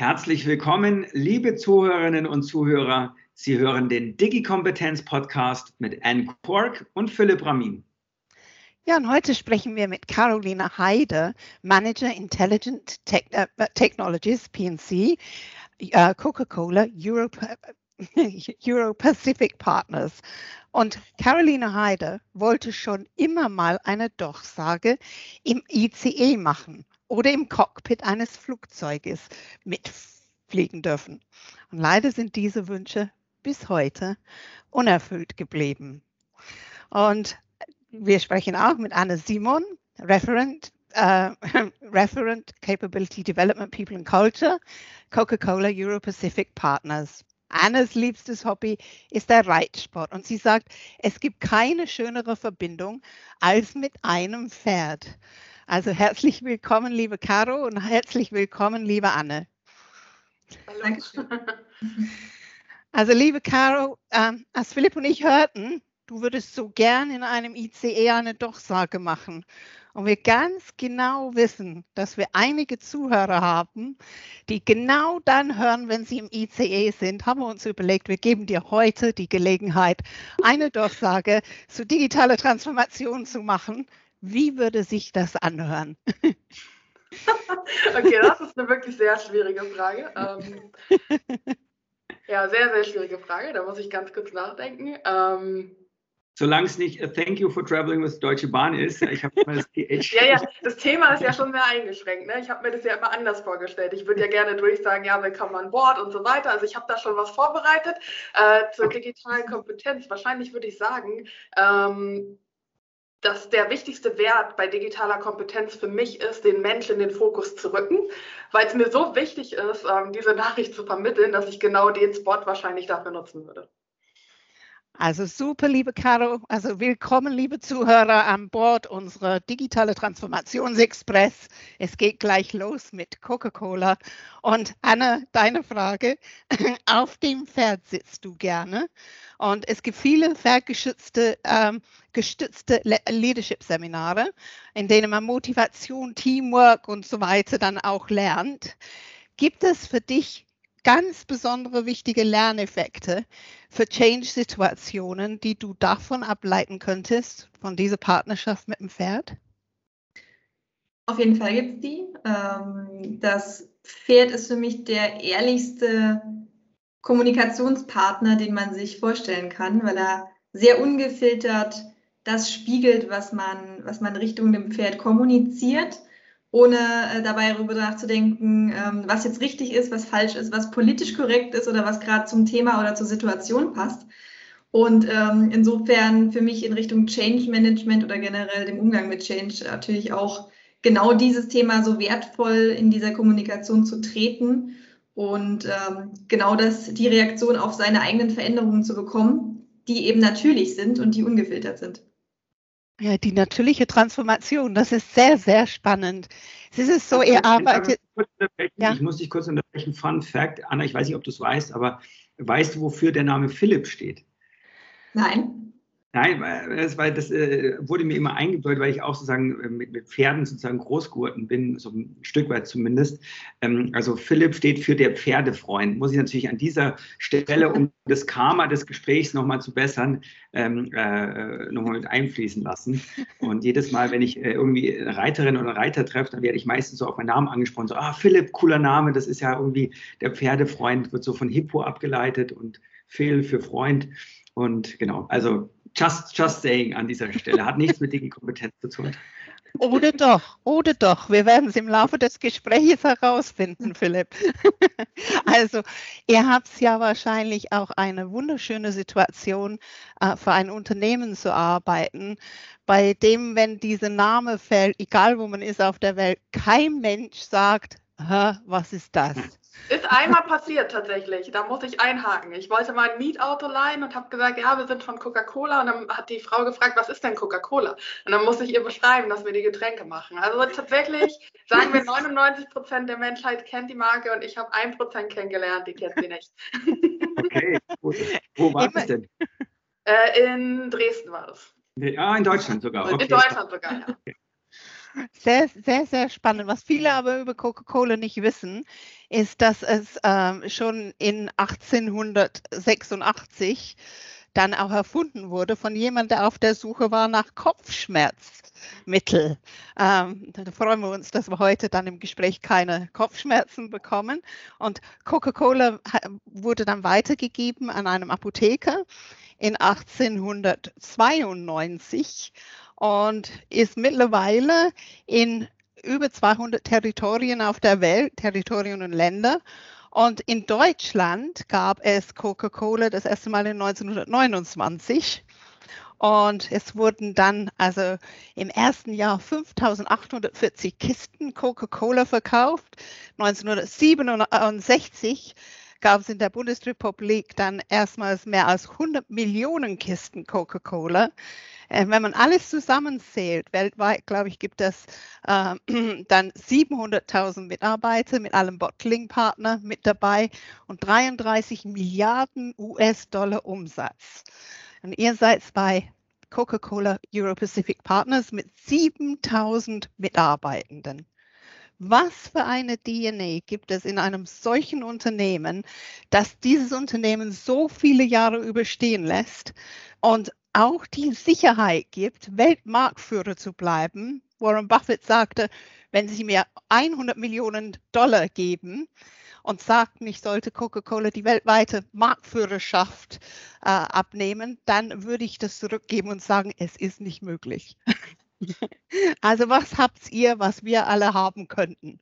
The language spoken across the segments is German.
Herzlich willkommen, liebe Zuhörerinnen und Zuhörer. Sie hören den Digi-Kompetenz-Podcast mit Anne Quirk und Philipp Ramin. Ja, und heute sprechen wir mit Carolina Heide, Manager Intelligent Technologies, P&C, Coca-Cola Euro-Pacific Partners. Und Carolina Heide wollte schon immer mal eine Durchsage im ICE machen oder im Cockpit eines Flugzeuges mitfliegen dürfen. Und leider sind diese Wünsche bis heute unerfüllt geblieben. Und wir sprechen auch mit Anne Simon, Referent Capability Development People and Culture, Coca-Cola Euro-Pacific Partners. Annes liebstes Hobby ist der Reitsport und sie sagt, es gibt keine schönere Verbindung als mit einem Pferd. Also herzlich willkommen, liebe Caro, und herzlich willkommen, liebe Anne. Hallo. Also liebe Caro, als Philipp und ich hörten, du würdest so gern in einem ICE eine Durchsage machen. Und wir ganz genau wissen, dass wir einige Zuhörer haben, die genau dann hören, wenn sie im ICE sind, haben wir uns überlegt, wir geben dir heute die Gelegenheit, eine Durchsage zu digitaler Transformation zu machen. Wie würde sich das anhören? Okay, das ist eine wirklich sehr schwierige Frage. Ja, sehr, sehr schwierige Frage. Da muss ich ganz kurz nachdenken. Solange es nicht Thank you for traveling with Deutsche Bahn ist. Ich habe mal das TH. Ja, das Thema ist ja schon sehr eingeschränkt. Ne? Ich habe mir das ja immer anders vorgestellt. Ich würde ja gerne durchsagen, ja, willkommen an Bord und so weiter. Also ich habe da schon was vorbereitet zur digitalen Kompetenz. Wahrscheinlich würde ich sagen, dass der wichtigste Wert bei digitaler Kompetenz für mich ist, den Menschen in den Fokus zu rücken, weil es mir so wichtig ist, diese Nachricht zu vermitteln, dass ich genau den Spot wahrscheinlich dafür nutzen würde. Also super, liebe Caro. Also willkommen, liebe Zuhörer, an Bord unserer digitale Transformationsexpress. Es geht gleich los mit Coca-Cola. Und Anne, deine Frage. Auf dem Pferd sitzt du gerne. Und es gibt viele pferdgestützte Leadership-Seminare, in denen man Motivation, Teamwork und so weiter dann auch lernt. Gibt es für dich ganz besondere wichtige Lerneffekte für Change-Situationen, die du davon ableiten könntest, von dieser Partnerschaft mit dem Pferd? Auf jeden Fall gibt es die. Das Pferd ist für mich der ehrlichste Kommunikationspartner, den man sich vorstellen kann, weil er sehr ungefiltert das spiegelt, was man Richtung dem Pferd kommuniziert, ohne dabei darüber nachzudenken, was jetzt richtig ist, was falsch ist, was politisch korrekt ist oder was gerade zum Thema oder zur Situation passt. Und insofern für mich in Richtung Change Management oder generell dem Umgang mit Change natürlich auch genau dieses Thema so wertvoll in dieser Kommunikation zu treten und genau die Reaktion auf seine eigenen Veränderungen zu bekommen, die eben natürlich sind und die ungefiltert sind. Ja, die natürliche Transformation, das ist sehr, sehr spannend. Es ist so, ihr arbeitet... Ich muss dich kurz unterbrechen. Fun Fact, Anna, ich weiß nicht, ob du es weißt, aber weißt du, wofür der Name Philipp steht? Nein. Nein, das wurde mir immer eingebläut, weil ich auch sozusagen mit Pferden sozusagen groß geworden bin, so ein Stück weit zumindest. Also Philipp steht für der Pferdefreund. Muss ich natürlich an dieser Stelle, um das Karma des Gesprächs nochmal zu bessern, nochmal mit einfließen lassen. Und jedes Mal, wenn ich irgendwie eine Reiterin oder einen Reiter treffe, dann werde ich meistens so auf meinen Namen angesprochen. So, Philipp, cooler Name, das ist ja irgendwie der Pferdefreund, wird so von Hippo abgeleitet und Phil für Freund. Und genau, also just saying an dieser Stelle, hat nichts mit Digi-Kompetenz zu tun. Oder doch. Wir werden es im Laufe des Gesprächs herausfinden, Philipp. Also, ihr habt ja wahrscheinlich auch eine wunderschöne Situation, für ein Unternehmen zu arbeiten, bei dem, wenn dieser Name fällt, egal wo man ist auf der Welt, kein Mensch sagt, was ist das? Ist einmal passiert tatsächlich, da muss ich einhaken. Ich wollte mal ein Mietauto leihen und habe gesagt, ja, wir sind von Coca-Cola. Und dann hat die Frau gefragt, was ist denn Coca-Cola? Und dann musste ich ihr beschreiben, dass wir die Getränke machen. Also tatsächlich sagen wir, 99% der Menschheit kennt die Marke und ich habe 1% kennengelernt, die kennt sie nicht. Okay, gut. Wo war das denn? In Dresden war das. Ja, in Deutschland sogar. Okay. In Deutschland sogar, ja. Sehr, sehr, sehr spannend. Was viele aber über Coca-Cola nicht wissen, ist, dass es schon in 1886 dann auch erfunden wurde von jemandem, der auf der Suche war nach Kopfschmerzmittel. Da freuen wir uns, dass wir heute dann im Gespräch keine Kopfschmerzen bekommen. Und Coca-Cola wurde dann weitergegeben an einem Apotheker in 1892 und ist mittlerweile in über 200 Territorien auf der Welt, Territorien und Länder. Und in Deutschland gab es Coca-Cola das erste Mal in 1929. Und es wurden dann also im ersten Jahr 5.840 Kisten Coca-Cola verkauft. 1967 gab es in der Bundesrepublik dann erstmals mehr als 100 Millionen Kisten Coca-Cola. Wenn man alles zusammenzählt, weltweit, glaube ich, gibt es dann 700.000 Mitarbeiter mit allem Bottling-Partner mit dabei und 33 Milliarden US-Dollar Umsatz. Und ihr seid bei Coca-Cola Euro-Pacific Partners mit 7.000 Mitarbeitenden. Was für eine DNA gibt es in einem solchen Unternehmen, dass dieses Unternehmen so viele Jahre überstehen lässt und auch die Sicherheit gibt, Weltmarktführer zu bleiben? Warren Buffett sagte, wenn Sie mir 100 Millionen Dollar geben und sagten, ich sollte Coca-Cola die weltweite Marktführerschaft abnehmen, dann würde ich das zurückgeben und sagen, es ist nicht möglich. Also was habt ihr, was wir alle haben könnten?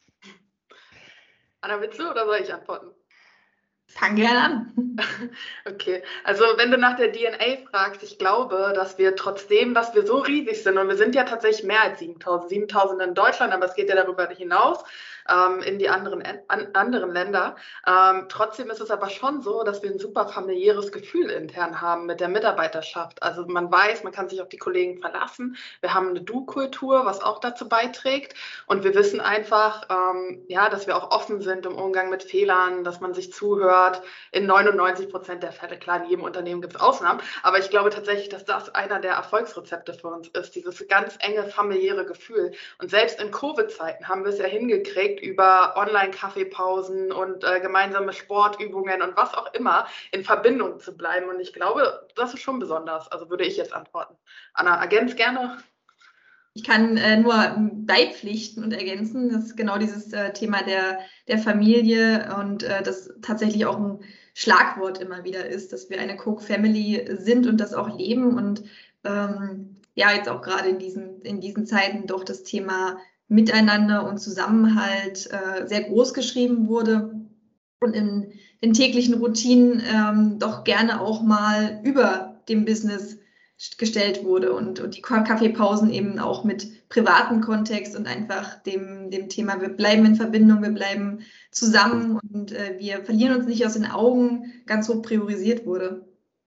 Anna, willst du oder soll ich antworten? Fang gerne an. Okay, also wenn du nach der DNA fragst, ich glaube, dass wir trotzdem, dass wir so riesig sind, und wir sind ja tatsächlich mehr als 7.000 in Deutschland, aber es geht ja darüber hinaus in die anderen Länder. Trotzdem ist es aber schon so, dass wir ein super familiäres Gefühl intern haben mit der Mitarbeiterschaft. Also man weiß, man kann sich auf die Kollegen verlassen. Wir haben eine Du-Kultur, was auch dazu beiträgt. Und wir wissen einfach, ja, dass wir auch offen sind im Umgang mit Fehlern, dass man sich zuhört. In 99% der Fälle, klar, in jedem Unternehmen gibt es Ausnahmen, aber ich glaube tatsächlich, dass das einer der Erfolgsrezepte für uns ist, dieses ganz enge familiäre Gefühl. Und selbst in Covid-Zeiten haben wir es ja hingekriegt, über Online-Kaffeepausen und gemeinsame Sportübungen und was auch immer in Verbindung zu bleiben. Und ich glaube, das ist schon besonders. Also würde ich jetzt antworten. Anna, ergänz gerne. Ich kann nur beipflichten und ergänzen, dass genau dieses Thema der Familie und das tatsächlich auch ein Schlagwort immer wieder ist, dass wir eine Coke Family sind und das auch leben und ja, jetzt auch gerade in diesen Zeiten doch das Thema Miteinander und Zusammenhalt sehr groß geschrieben wurde und in den täglichen Routinen doch gerne auch mal über dem Business gestellt wurde und die Kaffeepausen eben auch mit privatem Kontext und einfach dem Thema, wir bleiben in Verbindung, wir bleiben zusammen und wir verlieren uns nicht aus den Augen, ganz hoch priorisiert wurde.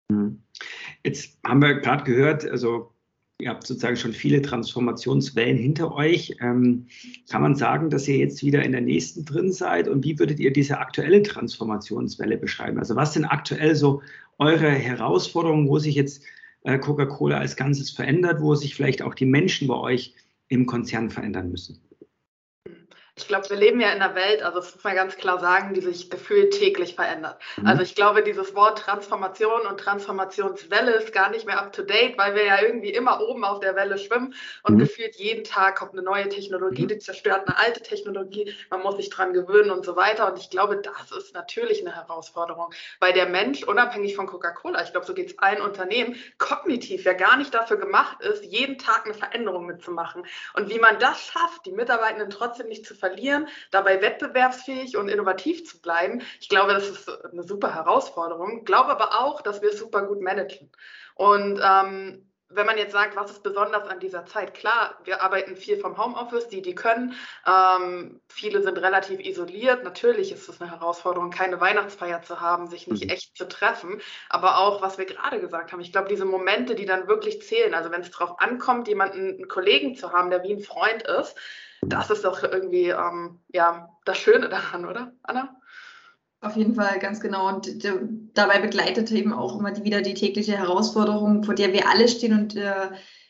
Jetzt haben wir gerade gehört, also ihr habt sozusagen schon viele Transformationswellen hinter euch. Kann man sagen, dass ihr jetzt wieder in der nächsten drin seid? Und wie würdet ihr diese aktuelle Transformationswelle beschreiben? Also was sind aktuell so eure Herausforderungen, wo sich jetzt Coca-Cola als Ganzes verändert, wo sich vielleicht auch die Menschen bei euch im Konzern verändern müssen? Ich glaube, wir leben ja in einer Welt, also das muss man ganz klar sagen, die sich gefühlt täglich verändert. Also ich glaube, dieses Wort Transformation und Transformationswelle ist gar nicht mehr up-to-date, weil wir ja irgendwie immer oben auf der Welle schwimmen und gefühlt jeden Tag kommt eine neue Technologie, die zerstört eine alte Technologie, man muss sich dran gewöhnen und so weiter. Und ich glaube, das ist natürlich eine Herausforderung, weil der Mensch, unabhängig von Coca-Cola, ich glaube, so geht es allen Unternehmen, kognitiv ja gar nicht dafür gemacht ist, jeden Tag eine Veränderung mitzumachen. Und wie man das schafft, die Mitarbeitenden trotzdem nicht zu verlieren, dabei wettbewerbsfähig und innovativ zu bleiben. Ich glaube, das ist eine super Herausforderung. Ich glaube aber auch, dass wir es super gut managen. Und wenn man jetzt sagt, was ist besonders an dieser Zeit? Klar, wir arbeiten viel vom Homeoffice, die können. Viele sind relativ isoliert. Natürlich ist es eine Herausforderung, keine Weihnachtsfeier zu haben, sich nicht echt zu treffen. Aber auch, was wir gerade gesagt haben, ich glaube, diese Momente, die dann wirklich zählen, also wenn es darauf ankommt, einen Kollegen zu haben, der wie ein Freund ist, das ist doch irgendwie ja, das Schöne daran, oder, Anna? Auf jeden Fall, ganz genau. Und dabei begleitet eben auch immer wieder die tägliche Herausforderung, vor der wir alle stehen und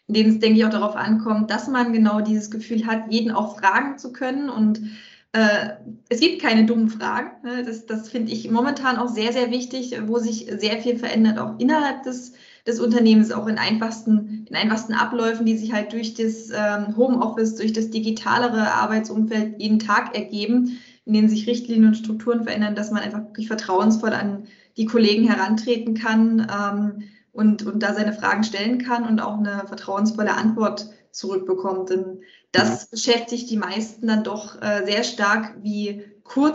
in denen es, denke ich, auch darauf ankommt, dass man genau dieses Gefühl hat, jeden auch fragen zu können. Und es gibt keine dummen Fragen. Ne? Das finde ich momentan auch sehr, sehr wichtig, wo sich sehr viel verändert, auch innerhalb des Unternehmens, auch in einfachsten Abläufen, die sich halt durch das Homeoffice, durch das digitalere Arbeitsumfeld jeden Tag ergeben, in denen sich Richtlinien und Strukturen verändern, dass man einfach wirklich vertrauensvoll an die Kollegen herantreten kann und da seine Fragen stellen kann und auch eine vertrauensvolle Antwort zurückbekommt. Denn das beschäftigt die meisten dann doch sehr stark, wie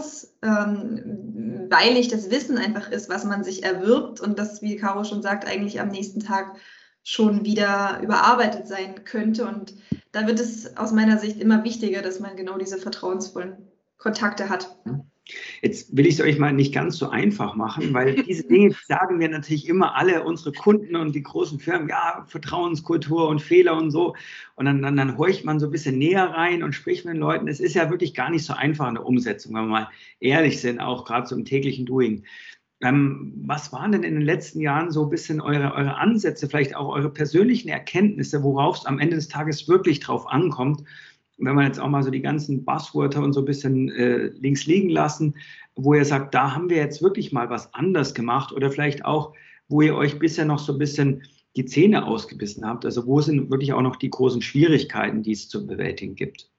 kurzweilig das Wissen einfach ist, was man sich erwirbt und das, wie Caro schon sagt, eigentlich am nächsten Tag schon wieder überarbeitet sein könnte. Und da wird es aus meiner Sicht immer wichtiger, dass man genau diese vertrauensvollen Kontakte hat. Jetzt will ich es euch mal nicht ganz so einfach machen, weil diese Dinge sagen wir natürlich immer alle, unsere Kunden und die großen Firmen, ja, Vertrauenskultur und Fehler und so. Und dann horcht man so ein bisschen näher rein und spricht mit den Leuten. Es ist ja wirklich gar nicht so einfach in der Umsetzung, wenn wir mal ehrlich sind, auch gerade so im täglichen Doing. Was waren denn in den letzten Jahren so ein bisschen eure Ansätze, vielleicht auch eure persönlichen Erkenntnisse, worauf es am Ende des Tages wirklich drauf ankommt? Wenn wir jetzt auch mal so die ganzen Buzzwörter und so ein bisschen links liegen lassen, wo ihr sagt, da haben wir jetzt wirklich mal was anders gemacht oder vielleicht auch, wo ihr euch bisher noch so ein bisschen die Zähne ausgebissen habt, also wo sind wirklich auch noch die großen Schwierigkeiten, die es zu bewältigen gibt?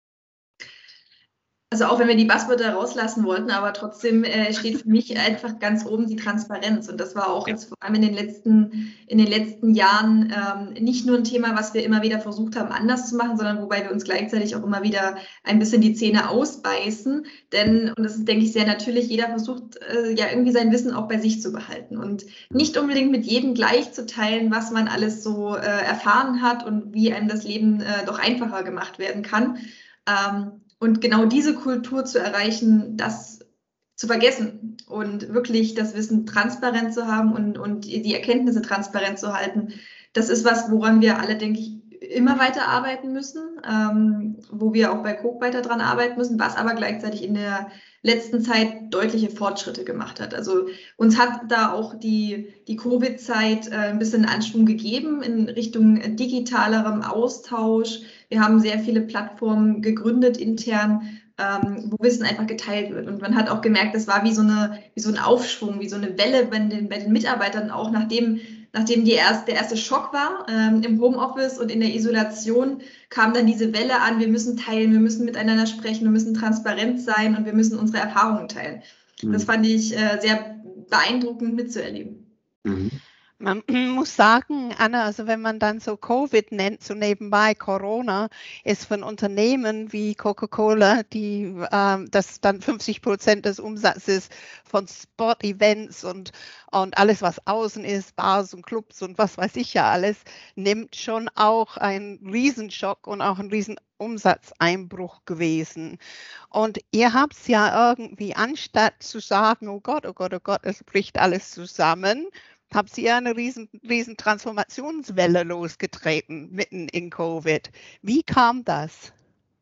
Also auch wenn wir die Buzzwörter rauslassen wollten, aber trotzdem steht für mich einfach ganz oben die Transparenz. Und das war auch jetzt vor allem in den letzten Jahren nicht nur ein Thema, was wir immer wieder versucht haben, anders zu machen, sondern wobei wir uns gleichzeitig auch immer wieder ein bisschen die Zähne ausbeißen. Denn, und das ist, denke ich, sehr natürlich, jeder versucht ja irgendwie sein Wissen auch bei sich zu behalten und nicht unbedingt mit jedem gleich zu teilen, was man alles so erfahren hat und wie einem das Leben doch einfacher gemacht werden kann. Und genau diese Kultur zu erreichen, das zu vergessen und wirklich das Wissen transparent zu haben und die Erkenntnisse transparent zu halten, das ist was, woran wir alle, denke ich, immer weiter arbeiten müssen, wo wir auch bei Coop weiter dran arbeiten müssen, was aber gleichzeitig in der letzten Zeit deutliche Fortschritte gemacht hat. Also uns hat da auch die Covid-Zeit ein bisschen Anschwung gegeben in Richtung digitalerem Austausch. Wir haben sehr viele Plattformen gegründet intern, wo Wissen einfach geteilt wird. Und man hat auch gemerkt, das war wie so ein Aufschwung, wie so eine Welle bei den Mitarbeitern auch, nachdem der erste Schock war im Homeoffice und in der Isolation, kam dann diese Welle an, wir müssen teilen, wir müssen miteinander sprechen, wir müssen transparent sein und wir müssen unsere Erfahrungen teilen. Das fand ich sehr beeindruckend mitzuerleben. Man muss sagen, Anna, also wenn man dann so Covid nennt, so nebenbei Corona, ist von Unternehmen wie Coca-Cola, das dann 50% des Umsatzes von Sport-Events und alles, was außen ist, Bars und Clubs und was weiß ich ja alles, nimmt schon auch einen Riesenschock und auch einen Riesenumsatzeinbruch gewesen. Und ihr habt es ja irgendwie, anstatt zu sagen, oh Gott, es bricht alles zusammen, habt ihr eine riesen Transformationswelle losgetreten mitten in Covid. Wie kam das?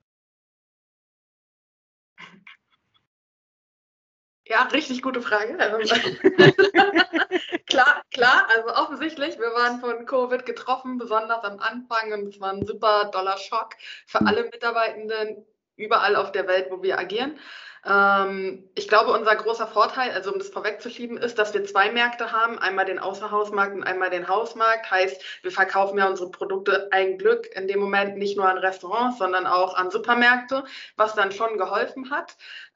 Ja, richtig gute Frage. Klar, also offensichtlich, wir waren von Covid getroffen, besonders am Anfang, und es war ein super doller Schock für alle Mitarbeitenden überall auf der Welt, wo wir agieren. Ich glaube, unser großer Vorteil, also um das vorwegzuschieben, ist, dass wir zwei Märkte haben, einmal den Außerhausmarkt und einmal den Hausmarkt. Heißt, wir verkaufen ja unsere Produkte ein Glück in dem Moment nicht nur an Restaurants, sondern auch an Supermärkte, was dann schon geholfen hat,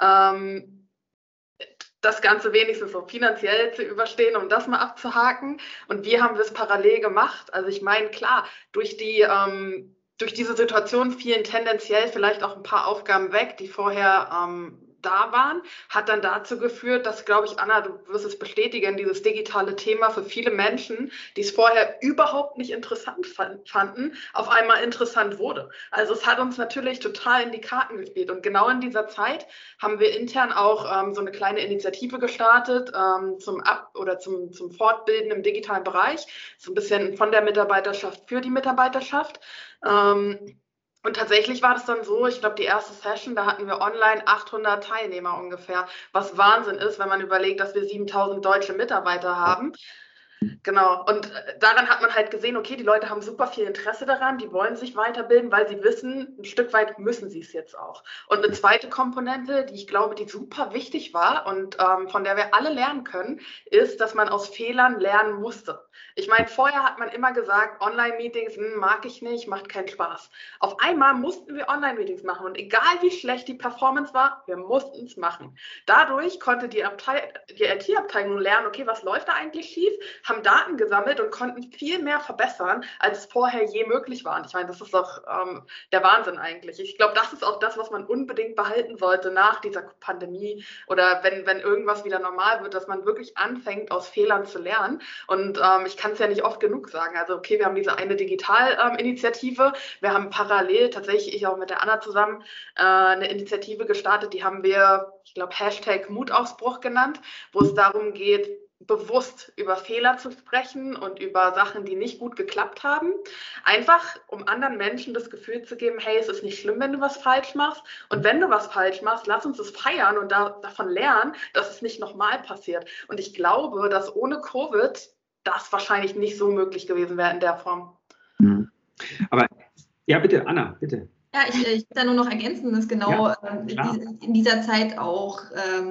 das Ganze wenigstens so finanziell zu überstehen, um das mal abzuhaken. Und wir haben das parallel gemacht. Also ich meine, klar, durch diese Situation fielen tendenziell vielleicht auch ein paar Aufgaben weg, die vorher da waren, hat dann dazu geführt, dass, glaube ich, Anna, du wirst es bestätigen, dieses digitale Thema für viele Menschen, die es vorher überhaupt nicht interessant fanden, auf einmal interessant wurde. Also es hat uns natürlich total in die Karten gespielt. Und genau in dieser Zeit haben wir intern auch so eine kleine Initiative gestartet zum Fortbilden im digitalen Bereich, so ein bisschen von der Mitarbeiterschaft für die Mitarbeiterschaft. Und tatsächlich war das dann so, ich glaube, die erste Session, da hatten wir online 800 Teilnehmer ungefähr, was Wahnsinn ist, wenn man überlegt, dass wir 7.000 deutsche Mitarbeiter haben. Genau, und daran hat man halt gesehen, okay, die Leute haben super viel Interesse daran, die wollen sich weiterbilden, weil sie wissen, ein Stück weit müssen sie es jetzt auch. Und eine zweite Komponente, die ich glaube, die super wichtig war und von der wir alle lernen können, ist, dass man aus Fehlern lernen musste. Ich meine, vorher hat man immer gesagt, Online-Meetings mag ich nicht, macht keinen Spaß. Auf einmal mussten wir Online-Meetings machen und egal wie schlecht die Performance war, wir mussten es machen. Dadurch konnte die IT-Abteilung lernen, okay, was läuft da eigentlich schief, haben Daten gesammelt und konnten viel mehr verbessern, als es vorher je möglich war. Und ich meine, das ist doch der Wahnsinn eigentlich. Ich glaube, das ist auch das, was man unbedingt behalten sollte nach dieser Pandemie oder wenn irgendwas wieder normal wird, dass man wirklich anfängt, aus Fehlern zu lernen. Und ich kann es ja nicht oft genug sagen. Also okay, wir haben diese eine Digital-Initiative. Wir haben parallel, tatsächlich ich auch mit der Anna zusammen, eine Initiative gestartet, die haben wir, ich glaube, #Mutausbruch genannt, wo es darum geht, bewusst über Fehler zu sprechen und über Sachen, die nicht gut geklappt haben. Einfach, um anderen Menschen das Gefühl zu geben, hey, es ist nicht schlimm, wenn du was falsch machst. Und wenn du was falsch machst, lass uns es feiern und davon lernen, dass es nicht nochmal passiert. Und ich glaube, dass ohne Covid das wahrscheinlich nicht so möglich gewesen wäre in der Form. Aber, ja, bitte, Anna, bitte. Ja, ich kann da nur noch ergänzen, dass genau in dieser Zeit auch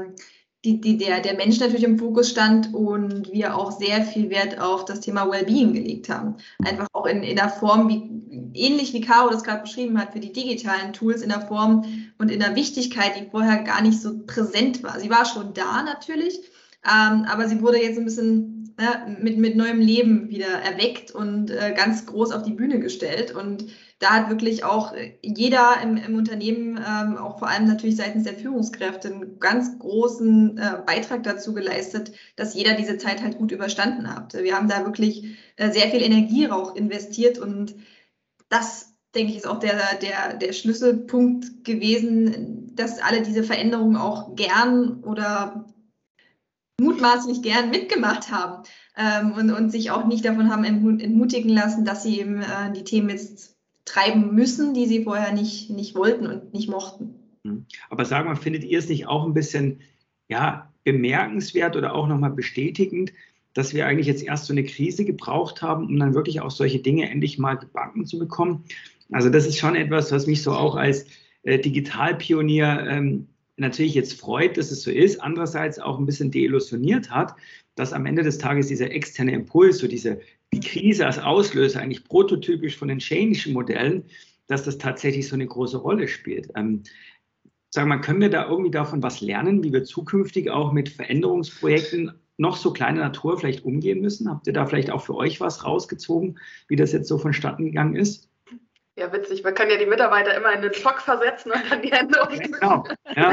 der Mensch natürlich im Fokus stand und wir auch sehr viel Wert auf das Thema Wellbeing gelegt haben. Einfach auch in der Form, ähnlich wie Caro das gerade beschrieben hat, für die digitalen Tools in der Form und in der Wichtigkeit, die vorher gar nicht so präsent war. Sie war schon da natürlich, aber sie wurde jetzt ein bisschen mit neuem Leben wieder erweckt und ganz groß auf die Bühne gestellt. Und da hat wirklich auch jeder im Unternehmen, auch vor allem natürlich seitens der Führungskräfte, einen ganz großen Beitrag dazu geleistet, dass jeder diese Zeit halt gut überstanden hat. Wir haben da wirklich sehr viel Energie auch investiert und das, denke ich, ist auch der Schlüsselpunkt gewesen, dass alle diese Veränderungen auch gern oder mutmaßlich gern mitgemacht haben und sich auch nicht davon haben entmutigen lassen, dass sie eben die Themen jetzt treiben müssen, die sie vorher nicht wollten und nicht mochten. Aber sag mal, findet ihr es nicht auch ein bisschen bemerkenswert oder auch nochmal bestätigend, dass wir eigentlich jetzt erst so eine Krise gebraucht haben, um dann wirklich auch solche Dinge endlich mal gebacken zu bekommen? Also das ist schon etwas, was mich so auch als Digitalpionier natürlich jetzt freut, dass es so ist, andererseits auch ein bisschen deillusioniert hat, dass am Ende des Tages dieser externe Impuls, so die Krise als Auslöser, eigentlich prototypisch von den Change Modellen, dass das tatsächlich so eine große Rolle spielt. Sag mal, können wir da irgendwie davon was lernen, wie wir zukünftig auch mit Veränderungsprojekten noch so kleiner Natur vielleicht umgehen müssen? Habt ihr da vielleicht auch für euch was rausgezogen, wie das jetzt so vonstatten gegangen ist? Ja, witzig. Man kann ja die Mitarbeiter immer in den Schock versetzen und dann die Hände aufdrücken. Genau. Ja.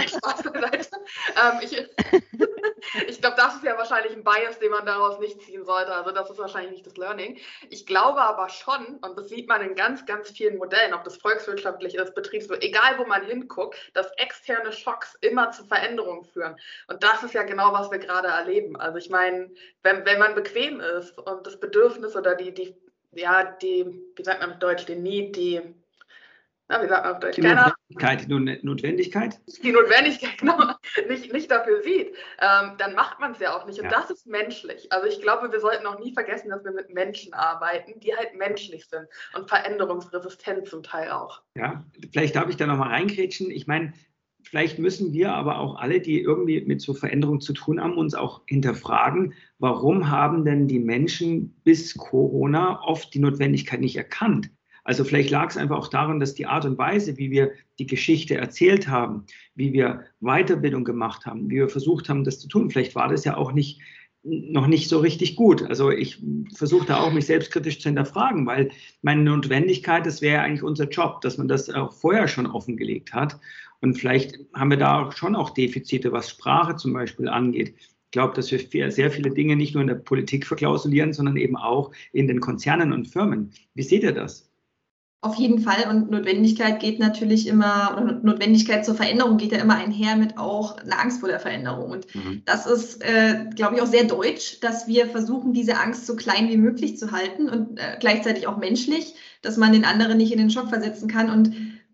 Ich glaube, das ist ja wahrscheinlich ein Bias, den man daraus nicht ziehen sollte. Also das ist wahrscheinlich nicht das Learning. Ich glaube aber schon, und das sieht man in ganz, ganz vielen Modellen, ob das volkswirtschaftlich ist, betriebswirtschaftlich, egal wo man hinguckt, dass externe Schocks immer zu Veränderungen führen. Und das ist ja genau, was wir gerade erleben. Also ich meine, wenn man bequem ist und das Bedürfnis oder wie sagt man auf Deutsch, den Need, wie sagt man auf Deutsch? Notwendigkeit. Die Notwendigkeit, genau, nicht dafür sieht, dann macht man es ja auch nicht. Und das ist menschlich. Also ich glaube, wir sollten auch nie vergessen, dass wir mit Menschen arbeiten, die halt menschlich sind und veränderungsresistent zum Teil auch. Ja, vielleicht darf ich da nochmal reingrätschen. Ich meine, vielleicht müssen wir aber auch alle, die irgendwie mit so Veränderungen zu tun haben, uns auch hinterfragen, warum haben denn die Menschen bis Corona oft die Notwendigkeit nicht erkannt? Also vielleicht lag es einfach auch daran, dass die Art und Weise, wie wir die Geschichte erzählt haben, wie wir Weiterbildung gemacht haben, wie wir versucht haben, das zu tun, vielleicht war das ja auch noch nicht so richtig gut. Also ich versuche da auch, mich selbstkritisch zu hinterfragen, weil meine Notwendigkeit, das wäre ja eigentlich unser Job, dass man das auch vorher schon offengelegt hat. Und vielleicht haben wir da auch schon auch Defizite, was Sprache zum Beispiel angeht. Ich glaube, dass wir sehr viele Dinge nicht nur in der Politik verklausulieren, sondern eben auch in den Konzernen und Firmen. Wie seht ihr das? Auf jeden Fall, und Notwendigkeit geht natürlich immer, oder Notwendigkeit zur Veränderung geht ja immer einher mit auch einer Angst vor der Veränderung. Und das ist, glaube ich, auch sehr deutsch, dass wir versuchen, diese Angst so klein wie möglich zu halten und gleichzeitig auch menschlich, dass man den anderen nicht in den Schock versetzen kann. Und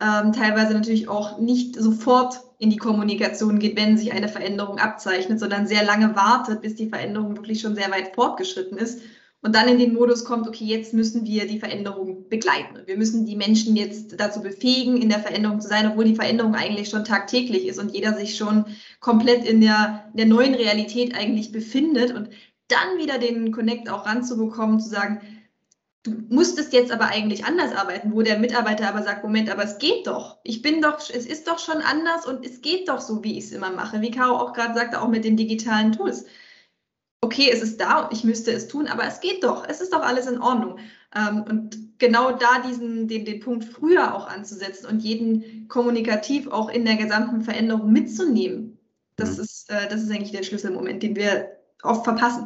teilweise natürlich auch nicht sofort in die Kommunikation geht, wenn sich eine Veränderung abzeichnet, sondern sehr lange wartet, bis die Veränderung wirklich schon sehr weit fortgeschritten ist und dann in den Modus kommt, okay, jetzt müssen wir die Veränderung begleiten. Wir müssen die Menschen jetzt dazu befähigen, in der Veränderung zu sein, obwohl die Veränderung eigentlich schon tagtäglich ist und jeder sich schon komplett in der neuen Realität eigentlich befindet und dann wieder den Connect auch ranzubekommen, zu sagen, du musstest jetzt aber eigentlich anders arbeiten, wo der Mitarbeiter aber sagt, Moment, aber es geht doch. Es ist doch schon anders und es geht doch so, wie ich es immer mache. Wie Caro auch gerade sagte, auch mit den digitalen Tools. Okay, es ist da und ich müsste es tun, aber es geht doch. Es ist doch alles in Ordnung. Und genau da den Punkt früher auch anzusetzen und jeden kommunikativ auch in der gesamten Veränderung mitzunehmen, das ist eigentlich der Schlüsselmoment, den wir oft verpassen.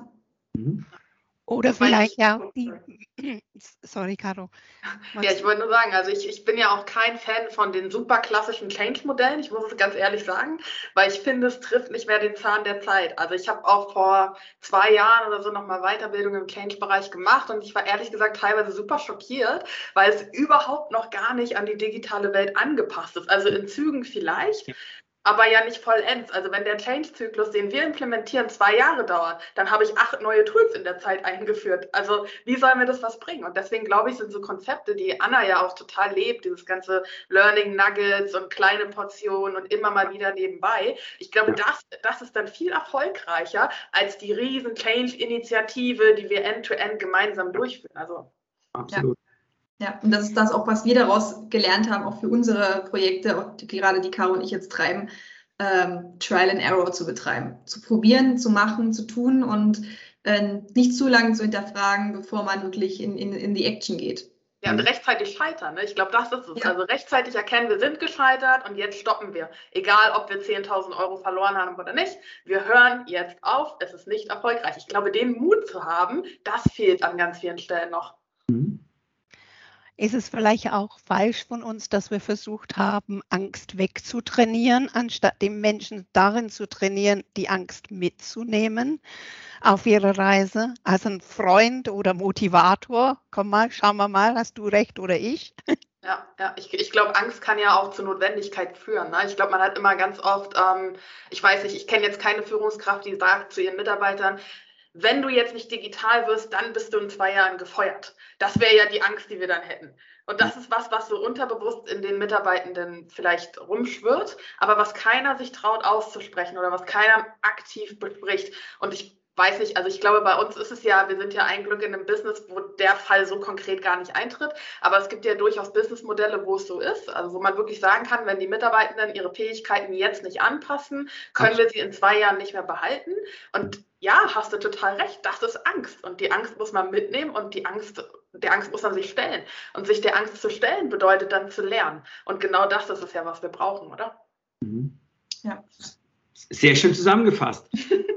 Oder vielleicht ja die, sorry, Caro. Ja, ich wollte nur sagen, also ich bin ja auch kein Fan von den super klassischen Change-Modellen, ich muss es ganz ehrlich sagen, weil ich finde, es trifft nicht mehr den Zahn der Zeit. Also ich habe auch vor 2 Jahren oder so nochmal Weiterbildung im Change-Bereich gemacht und ich war ehrlich gesagt teilweise super schockiert, weil es überhaupt noch gar nicht an die digitale Welt angepasst ist. Also in Zügen vielleicht, aber ja nicht vollends. Also wenn der Change-Zyklus, den wir implementieren, 2 Jahre dauert, dann habe ich 8 neue Tools in der Zeit eingeführt. Also wie soll mir das was bringen? Und deswegen glaube ich, sind so Konzepte, die Anna ja auch total lebt, dieses ganze Learning Nuggets und kleine Portionen und immer mal wieder nebenbei. Ich glaube, das ist dann viel erfolgreicher als die riesen Change-Initiative, die wir end-to-end gemeinsam durchführen. Also Absolut. Ja, und das ist das auch, was wir daraus gelernt haben, auch für unsere Projekte, gerade die Caro und ich jetzt treiben, Trial and Error zu betreiben. Zu probieren, zu machen, zu tun und nicht zu lange zu hinterfragen, bevor man wirklich in die Action geht. Ja, und rechtzeitig scheitern. Ne? Ich glaube, das ist es. Ja. Also rechtzeitig erkennen, wir sind gescheitert und jetzt stoppen wir. Egal, ob wir 10.000 Euro verloren haben oder nicht. Wir hören jetzt auf, es ist nicht erfolgreich. Ich glaube, den Mut zu haben, das fehlt an ganz vielen Stellen noch. Ist es vielleicht auch falsch von uns, dass wir versucht haben, Angst wegzutrainieren, anstatt den Menschen darin zu trainieren, die Angst mitzunehmen auf ihre Reise? Also ein Freund oder Motivator, komm mal, schauen wir mal, hast du recht oder ich? Ja, ich glaube, Angst kann ja auch zur Notwendigkeit führen. Ne? Ich glaube, man hat immer ganz oft, ich weiß nicht, ich kenne jetzt keine Führungskraft, die sagt zu ihren Mitarbeitern, wenn du jetzt nicht digital wirst, dann bist du in 2 Jahren gefeuert. Das wäre ja die Angst, die wir dann hätten. Und das ist was so unterbewusst in den Mitarbeitenden vielleicht rumschwirrt, aber was keiner sich traut auszusprechen oder was keiner aktiv bespricht. Und ich weiß nicht, also ich glaube, bei uns ist es ja, wir sind ja ein Glück in einem Business, wo der Fall so konkret gar nicht eintritt, aber es gibt ja durchaus Businessmodelle, wo es so ist, also wo man wirklich sagen kann, wenn die Mitarbeitenden ihre Fähigkeiten jetzt nicht anpassen, können wir sie in 2 Jahren nicht mehr behalten. Und ja, hast du total recht, das ist Angst und die Angst muss man mitnehmen und der Angst muss man sich stellen. Und sich der Angst zu stellen, bedeutet dann zu lernen. Und genau das ist es ja, was wir brauchen, oder? Ja. Sehr schön zusammengefasst.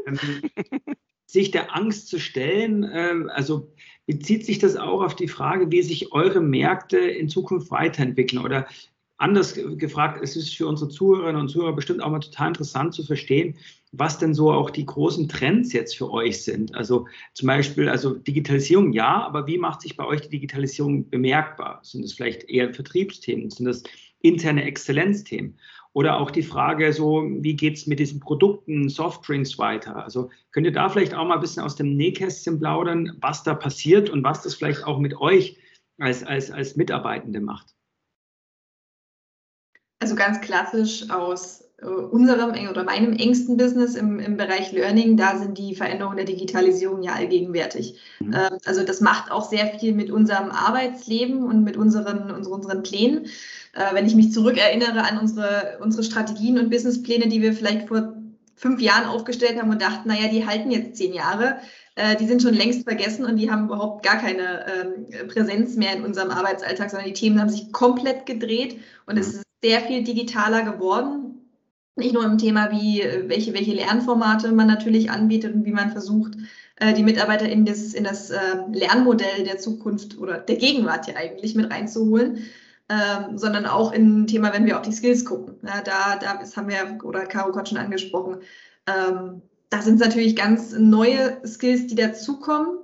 Sich der Angst zu stellen, also bezieht sich das auch auf die Frage, wie sich eure Märkte in Zukunft weiterentwickeln? Oder anders gefragt, es ist für unsere Zuhörerinnen und Zuhörer bestimmt auch mal total interessant zu verstehen, was denn so auch die großen Trends jetzt für euch sind. Also zum Beispiel, also Digitalisierung ja, aber wie macht sich bei euch die Digitalisierung bemerkbar? Sind es vielleicht eher Vertriebsthemen? Sind das interne Exzellenzthemen? Oder auch die Frage so, wie geht es mit diesen Produkten, Softdrinks weiter? Also könnt ihr da vielleicht auch mal ein bisschen aus dem Nähkästchen plaudern, was da passiert und was das vielleicht auch mit euch als Mitarbeitende macht? Also ganz klassisch aus unserem oder meinem engsten Business im Bereich Learning, da sind die Veränderungen der Digitalisierung ja allgegenwärtig. Also das macht auch sehr viel mit unserem Arbeitsleben und mit unseren Plänen. Wenn ich mich zurückerinnere an unsere Strategien und Businesspläne, die wir vielleicht vor 5 Jahren aufgestellt haben und dachten, naja, die halten jetzt 10 Jahre, die sind schon längst vergessen und die haben überhaupt gar keine Präsenz mehr in unserem Arbeitsalltag, sondern die Themen haben sich komplett gedreht und es ist sehr viel digitaler geworden. Nicht nur im Thema, wie welche Lernformate man natürlich anbietet und wie man versucht, die Mitarbeiter in das Lernmodell der Zukunft oder der Gegenwart ja eigentlich mit reinzuholen, sondern auch im Thema, wenn wir auf die Skills gucken. Ja, das haben wir, oder Caro hat schon angesprochen, da sind es natürlich ganz neue Skills, die dazukommen.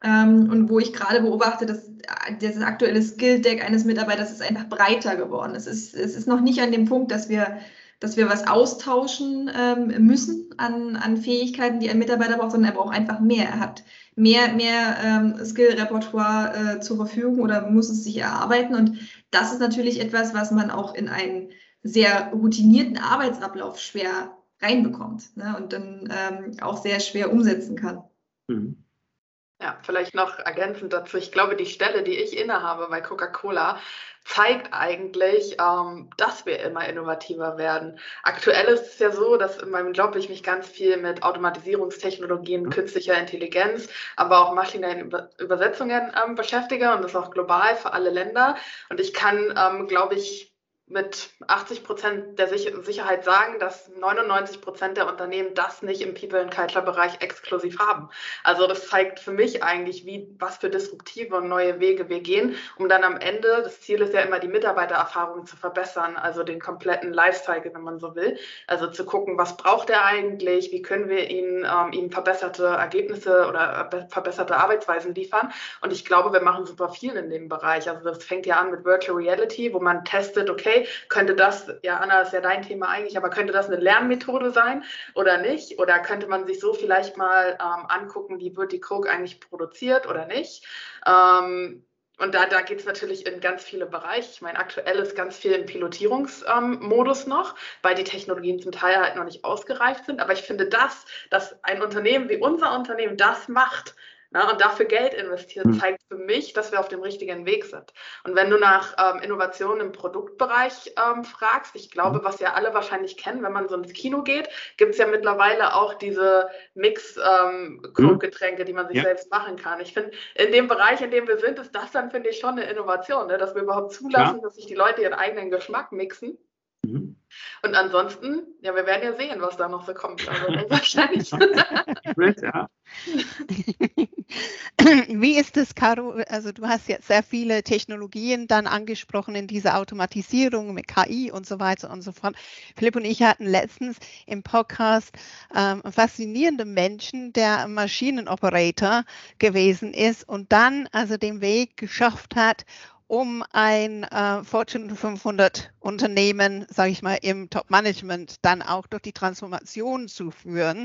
Und wo ich gerade beobachte, dass das aktuelle Skill-Deck eines Mitarbeiters ist einfach breiter geworden. Es ist noch nicht an dem Punkt, dass wir was austauschen müssen an Fähigkeiten, die ein Mitarbeiter braucht, sondern er braucht einfach mehr. Er hat mehr Skill-Repertoire zur Verfügung oder muss es sich erarbeiten. Und das ist natürlich etwas, was man auch in einen sehr routinierten Arbeitsablauf schwer reinbekommt, ne? Und dann auch sehr schwer umsetzen kann. Mhm. Ja, vielleicht noch ergänzend dazu. Ich glaube, die Stelle, die ich innehabe bei Coca-Cola, zeigt eigentlich, dass wir immer innovativer werden. Aktuell ist es ja so, dass in meinem Job ich mich ganz viel mit Automatisierungstechnologien, künstlicher Intelligenz, aber auch maschinellen Übersetzungen beschäftige und das auch global für alle Länder. Und ich kann, glaube ich, mit 80% der Sicherheit sagen, dass 99% der Unternehmen das nicht im People-and-Culture-Bereich exklusiv haben. Also das zeigt für mich eigentlich, was für disruptive und neue Wege wir gehen, um dann am Ende, das Ziel ist ja immer, die Mitarbeitererfahrung zu verbessern, also den kompletten Lifecycle, wenn man so will. Also zu gucken, was braucht er eigentlich, wie können wir ihm verbesserte Ergebnisse oder verbesserte Arbeitsweisen liefern. Und ich glaube, wir machen super viel in dem Bereich. Also das fängt ja an mit Virtual Reality, wo man testet, okay, könnte das, ja Anna, das ist ja dein Thema eigentlich, aber könnte das eine Lernmethode sein oder nicht? Oder könnte man sich so vielleicht mal angucken, wie wird die Coke eigentlich produziert oder nicht? Und da geht es natürlich in ganz viele Bereiche. Ich meine, aktuell ist ganz viel im Pilotierungsmodus noch, weil die Technologien zum Teil halt noch nicht ausgereift sind. Aber ich finde dass ein Unternehmen wie unser Unternehmen das macht, und dafür Geld investiert, zeigt für mich, dass wir auf dem richtigen Weg sind. Und wenn du nach Innovationen im Produktbereich fragst, ich glaube, was ja alle wahrscheinlich kennen, wenn man so ins Kino geht, gibt es ja mittlerweile auch diese Mix-Coke-Getränke, die man sich selbst machen kann. Ich finde, in dem Bereich, in dem wir sind, ist das dann, finde ich, schon eine Innovation, ne? Dass wir überhaupt zulassen, dass sich die Leute ihren eigenen Geschmack mixen. Und ansonsten, ja, wir werden ja sehen, was da noch so kommt. Also wahrscheinlich. Ja. Wie ist es, Caro? Also du hast jetzt sehr viele Technologien dann angesprochen in dieser Automatisierung mit KI und so weiter und so fort. Philipp und ich hatten letztens im Podcast einen faszinierenden Menschen, der Maschinenoperator gewesen ist und dann also den Weg geschafft hat, um ein Fortune 500 Unternehmen, sage ich mal, im Top-Management dann auch durch die Transformation zu führen,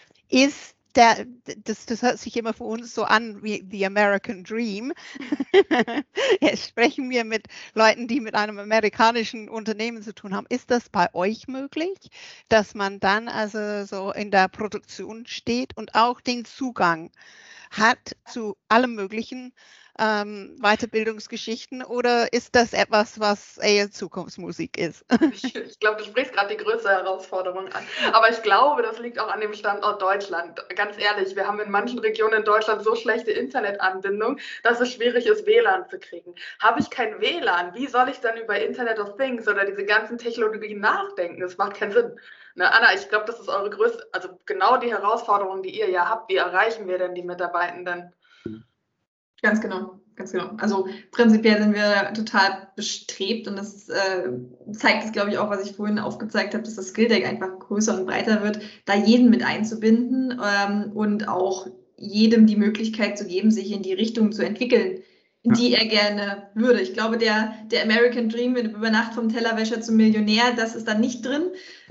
das hört sich immer für uns so an wie the American Dream. Jetzt sprechen wir mit Leuten, die mit einem amerikanischen Unternehmen zu tun haben. Ist das bei euch möglich, dass man dann also so in der Produktion steht und auch den Zugang hat zu allem möglichen Weiterbildungsgeschichten, oder ist das etwas, was eher Zukunftsmusik ist? Ich glaube, du sprichst gerade die größte Herausforderung an. Aber ich glaube, das liegt auch an dem Standort Deutschland. Ganz ehrlich, wir haben in manchen Regionen in Deutschland so schlechte Internetanbindung, dass es schwierig ist, WLAN zu kriegen. Habe ich kein WLAN, wie soll ich dann über Internet of Things oder diese ganzen Technologien nachdenken? Das macht keinen Sinn. Ne, Anna, ich glaube, das ist eure größte, also genau die Herausforderung, die ihr ja habt. Wie erreichen wir denn die Mitarbeitenden? Ganz genau, ganz genau. Also prinzipiell sind wir total bestrebt und das zeigt es, glaube ich, auch, was ich vorhin aufgezeigt habe, dass das Skilldeck einfach größer und breiter wird, da jeden mit einzubinden und auch jedem die Möglichkeit zu geben, sich in die Richtung zu entwickeln, in die er gerne würde. Ich glaube, der American Dream über Nacht vom Tellerwäscher zum Millionär, das ist da nicht drin.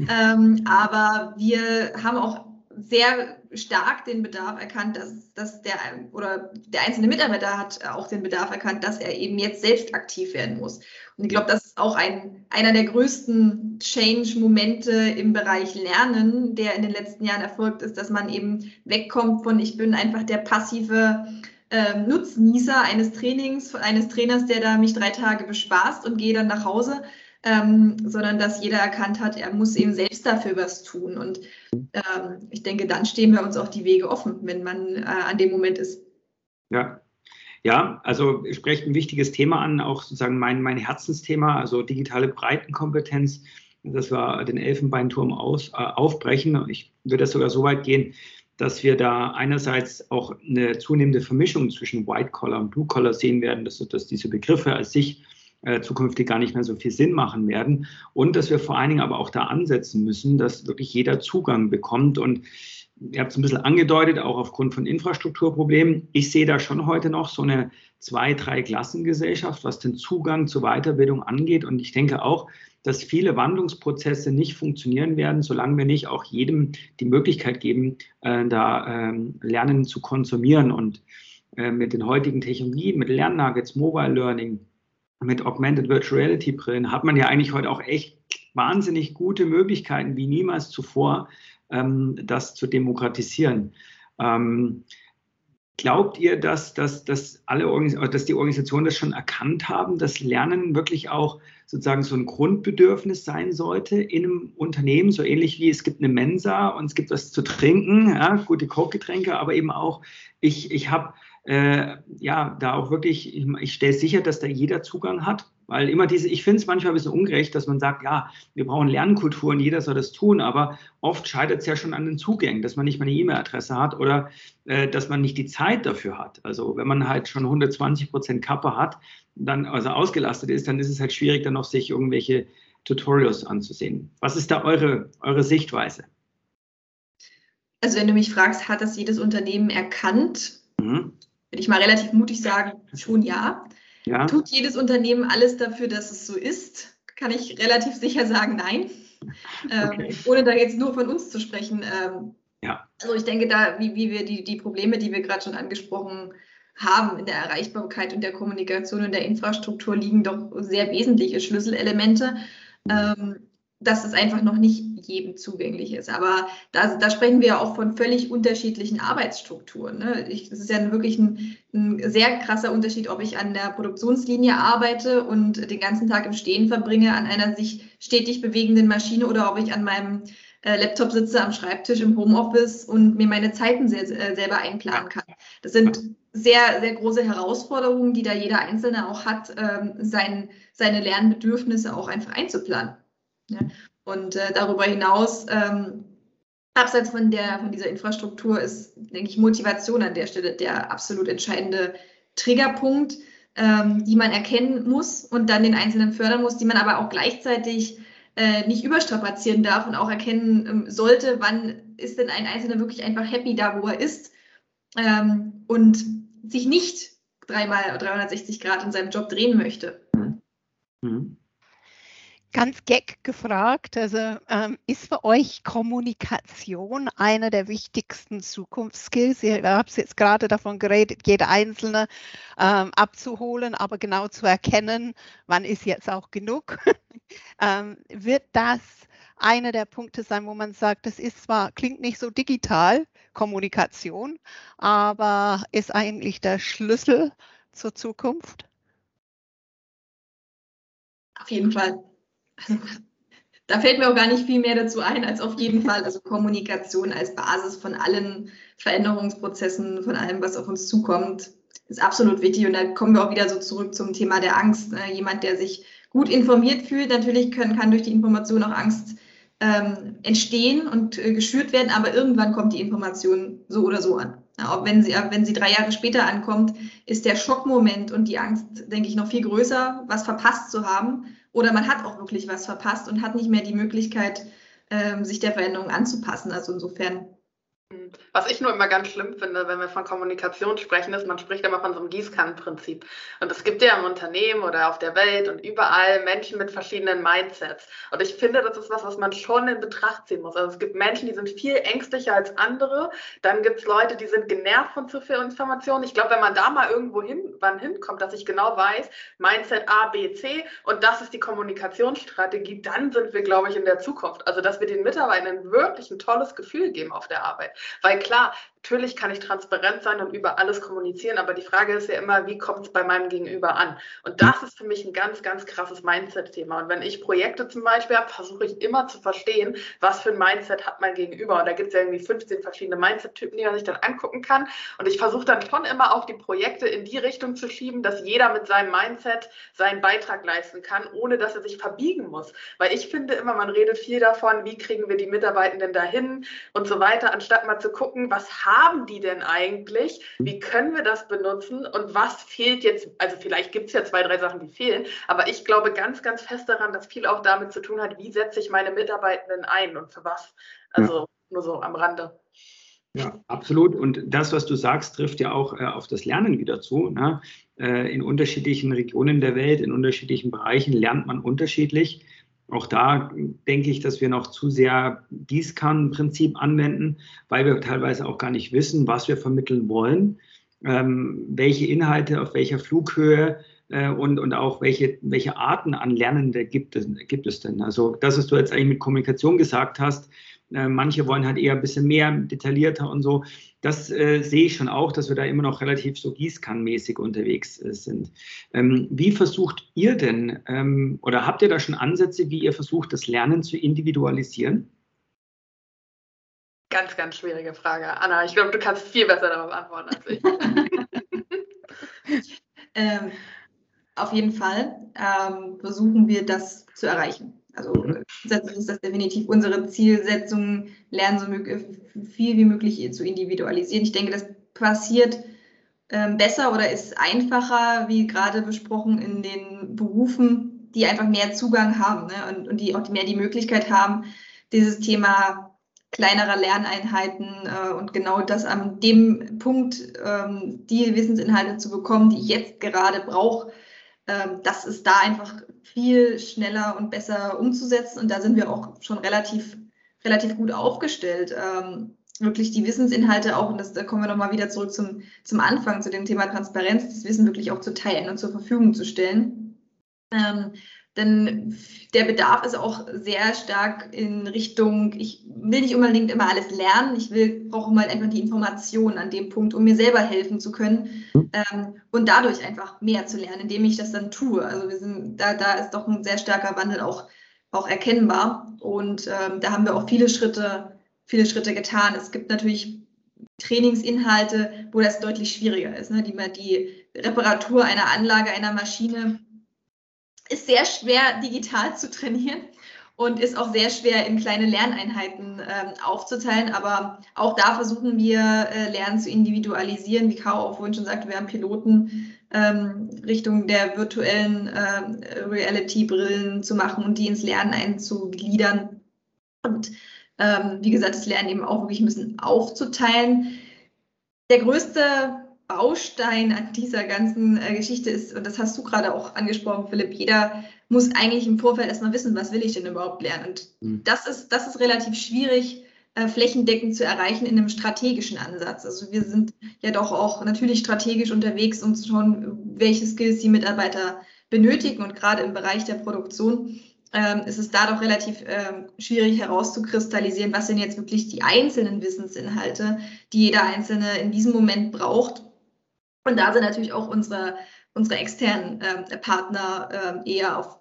Aber wir haben auch sehr stark den Bedarf erkannt, dass der einzelne Mitarbeiter hat auch den Bedarf erkannt, dass er eben jetzt selbst aktiv werden muss. Und ich glaube, das ist auch einer der größten Change-Momente im Bereich Lernen, der in den letzten Jahren erfolgt ist, dass man eben wegkommt von, ich bin einfach der passive Nutznießer eines Trainings, eines Trainers, der da mich 3 Tage bespaßt und gehe dann nach Hause, sondern dass jeder erkannt hat, er muss eben selbst dafür was tun. Und ich denke, dann stehen wir uns auch die Wege offen, wenn man an dem Moment ist. Ja, also ihr sprecht ein wichtiges Thema an, auch sozusagen mein Herzensthema, also digitale Breitenkompetenz, dass wir den Elfenbeinturm aufbrechen. Ich würde das sogar so weit gehen, dass wir da einerseits auch eine zunehmende Vermischung zwischen White-Collar und Blue-Collar sehen werden, dass diese Begriffe als sich zukünftig gar nicht mehr so viel Sinn machen werden und dass wir vor allen Dingen aber auch da ansetzen müssen, dass wirklich jeder Zugang bekommt. Und ihr habt es ein bisschen angedeutet, auch aufgrund von Infrastrukturproblemen. Ich sehe da schon heute noch so eine 2-3-Klassengesellschaft, was den Zugang zur Weiterbildung angeht. Und ich denke auch, dass viele Wandlungsprozesse nicht funktionieren werden, solange wir nicht auch jedem die Möglichkeit geben, Lernen zu konsumieren. Und mit den heutigen Technologien, mit Lernnuggets, Mobile Learning, mit Augmented Virtual Reality Brillen hat man ja eigentlich heute auch echt wahnsinnig gute Möglichkeiten, wie niemals zuvor, das zu demokratisieren. Glaubt ihr, dass die Organisationen das schon erkannt haben, dass Lernen wirklich auch sozusagen so ein Grundbedürfnis sein sollte in einem Unternehmen, so ähnlich wie es gibt eine Mensa und es gibt was zu trinken, ja, gute Coke-Getränke, aber eben auch, ich habe da auch wirklich, ich stelle sicher, dass da jeder Zugang hat, weil immer ich finde es manchmal ein bisschen ungerecht, dass man sagt, ja, wir brauchen Lernkultur und jeder soll das tun, aber oft scheitert es ja schon an den Zugängen, dass man nicht mal eine E-Mail-Adresse hat oder dass man nicht die Zeit dafür hat. Also wenn man halt schon 120% Kappa hat, dann also ausgelastet ist, dann ist es halt schwierig, dann noch sich irgendwelche Tutorials anzusehen. Was ist da eure Sichtweise? Also wenn du mich fragst, hat das jedes Unternehmen erkannt? Würde ich mal relativ mutig sagen, schon ja. Ja. Tut jedes Unternehmen alles dafür, dass es so ist? Kann ich relativ sicher sagen, nein. Okay. Ohne da jetzt nur von uns zu sprechen. Ja. Also ich denke, da, wie wir die Probleme, die wir gerade schon angesprochen haben, in der Erreichbarkeit und der Kommunikation und der Infrastruktur liegen doch sehr wesentliche Schlüsselelemente. Dass es einfach noch nicht jedem zugänglich ist. Aber da sprechen wir ja auch von völlig unterschiedlichen Arbeitsstrukturen. Ne? Es ist ja wirklich ein sehr krasser Unterschied, ob ich an der Produktionslinie arbeite und den ganzen Tag im Stehen verbringe, an einer sich stetig bewegenden Maschine oder ob ich an meinem Laptop sitze am Schreibtisch im Homeoffice und mir meine Zeiten selber einplanen kann. Das sind sehr, sehr große Herausforderungen, die da jeder Einzelne auch hat, seine Lernbedürfnisse auch einfach einzuplanen. Ja, und darüber hinaus, abseits von dieser Infrastruktur, ist, denke ich, Motivation an der Stelle der absolut entscheidende Triggerpunkt, die man erkennen muss und dann den Einzelnen fördern muss, die man aber auch gleichzeitig nicht überstrapazieren darf und auch erkennen sollte, wann ist denn ein Einzelner wirklich einfach happy da, wo er ist, und sich nicht 360 Grad in seinem Job drehen möchte. Mhm. Ganz gag gefragt, also ist für euch Kommunikation einer der wichtigsten Zukunftsskills? Ihr habt jetzt gerade davon geredet, jeder Einzelne abzuholen, aber genau zu erkennen, wann ist jetzt auch genug. Wird das einer der Punkte sein, wo man sagt, das ist zwar, klingt nicht so digital, Kommunikation, aber ist eigentlich der Schlüssel zur Zukunft? Auf jeden Fall. Also, da fällt mir auch gar nicht viel mehr dazu ein, als auf jeden Fall, also Kommunikation als Basis von allen Veränderungsprozessen, von allem, was auf uns zukommt, ist absolut wichtig. Und da kommen wir auch wieder so zurück zum Thema der Angst. Jemand, der sich gut informiert fühlt, natürlich kann durch die Information auch Angst entstehen und geschürt werden, aber irgendwann kommt die Information so oder so an. Ja, auch wenn sie 3 Jahre später ankommt, ist der Schockmoment und die Angst, denke ich, noch viel größer, was verpasst zu haben. Oder man hat auch wirklich was verpasst und hat nicht mehr die Möglichkeit, sich der Veränderung anzupassen. Also insofern. Was ich nur immer ganz schlimm finde, wenn wir von Kommunikation sprechen, ist, man spricht immer von so einem Gießkannenprinzip. Und es gibt ja im Unternehmen oder auf der Welt und überall Menschen mit verschiedenen Mindsets. Und ich finde, das ist was man schon in Betracht ziehen muss. Also es gibt Menschen, die sind viel ängstlicher als andere. Dann gibt es Leute, die sind genervt von zu viel Information. Ich glaube, wenn man da mal irgendwo hinkommt, dass ich genau weiß, Mindset A, B, C und das ist die Kommunikationsstrategie, dann sind wir, glaube ich, in der Zukunft. Also, dass wir den Mitarbeitern wirklich ein tolles Gefühl geben auf der Arbeit. Weil klar, natürlich kann ich transparent sein und über alles kommunizieren, aber die Frage ist ja immer, wie kommt es bei meinem Gegenüber an? Und das ist für mich ein ganz, ganz krasses Mindset-Thema. Und wenn ich Projekte zum Beispiel habe, versuche ich immer zu verstehen, was für ein Mindset hat mein Gegenüber. Und da gibt es ja irgendwie 15 verschiedene Mindset-Typen, die man sich dann angucken kann. Und ich versuche dann schon immer auch die Projekte in die Richtung zu schieben, dass jeder mit seinem Mindset seinen Beitrag leisten kann, ohne dass er sich verbiegen muss. Weil ich finde immer, man redet viel davon, wie kriegen wir die Mitarbeitenden dahin und so weiter, anstatt mal zu gucken, was haben die denn eigentlich? Wie können wir das benutzen? Und was fehlt jetzt? Also vielleicht gibt es ja 2, 3 Sachen, die fehlen, aber ich glaube ganz, ganz fest daran, dass viel auch damit zu tun hat, wie setze ich meine Mitarbeitenden ein und für was? Also nur so am Rande. Ja, absolut. Und das, was du sagst, trifft ja auch auf das Lernen wieder zu. Ne? In unterschiedlichen Regionen der Welt, in unterschiedlichen Bereichen lernt man unterschiedlich. Auch da denke ich, dass wir noch zu sehr Gießkannenprinzip anwenden, weil wir teilweise auch gar nicht wissen, was wir vermitteln wollen, welche Inhalte auf welcher Flughöhe und auch welche Arten an Lernende gibt es denn. Also das, was du jetzt eigentlich mit Kommunikation gesagt hast, manche wollen halt eher ein bisschen mehr detaillierter und so. Das sehe ich schon auch, dass wir da immer noch relativ so gießkannenmäßig unterwegs sind. Wie versucht ihr denn, oder habt ihr da schon Ansätze, wie ihr versucht, das Lernen zu individualisieren? Ganz, ganz schwierige Frage. Anna, ich glaube, du kannst viel besser darauf antworten als ich. Auf jeden Fall versuchen wir das zu erreichen. Also grundsätzlich ist das definitiv unsere Zielsetzung, Lernen so viel wie möglich zu individualisieren. Ich denke, das passiert besser oder ist einfacher, wie gerade besprochen, in den Berufen, die einfach mehr Zugang haben, ne? und die auch mehr die Möglichkeit haben, dieses Thema kleinerer Lerneinheiten und genau das an dem Punkt, die Wissensinhalte zu bekommen, die ich jetzt gerade brauche, das ist da einfach viel schneller und besser umzusetzen. Und da sind wir auch schon relativ gut aufgestellt. Wirklich die Wissensinhalte auch, und da kommen wir nochmal wieder zurück zum Anfang, zu dem Thema Transparenz, das Wissen wirklich auch zu teilen und zur Verfügung zu stellen. Denn der Bedarf ist auch sehr stark in Richtung, ich will nicht unbedingt immer alles lernen, brauche mal einfach die Informationen an dem Punkt, um mir selber helfen zu können und dadurch einfach mehr zu lernen, indem ich das dann tue. Also da ist doch ein sehr starker Wandel auch erkennbar, und da haben wir auch viele Schritte getan. Es gibt natürlich Trainingsinhalte, wo das deutlich schwieriger ist, ne? Die Reparatur einer Anlage, einer Maschine ist sehr schwer digital zu trainieren und ist auch sehr schwer in kleine Lerneinheiten aufzuteilen. Aber auch da versuchen wir, Lernen zu individualisieren. Wie Caro auch vorhin schon sagte, wir haben Piloten Richtung der virtuellen Reality-Brillen zu machen und die ins Lernen einzugliedern. Und wie gesagt, das Lernen eben auch wirklich ein bisschen aufzuteilen. Der größte Baustein an dieser ganzen Geschichte ist, und das hast du gerade auch angesprochen, Philipp, jeder muss eigentlich im Vorfeld erstmal wissen, was will ich denn überhaupt lernen. Und das ist relativ schwierig, flächendeckend zu erreichen in einem strategischen Ansatz. Also wir sind ja doch auch natürlich strategisch unterwegs, um zu schauen, welche Skills die Mitarbeiter benötigen. Und gerade im Bereich der Produktion ist es da doch relativ schwierig herauszukristallisieren, was sind jetzt wirklich die einzelnen Wissensinhalte, die jeder Einzelne in diesem Moment braucht. Und da sind natürlich auch unsere externen Partner eher auf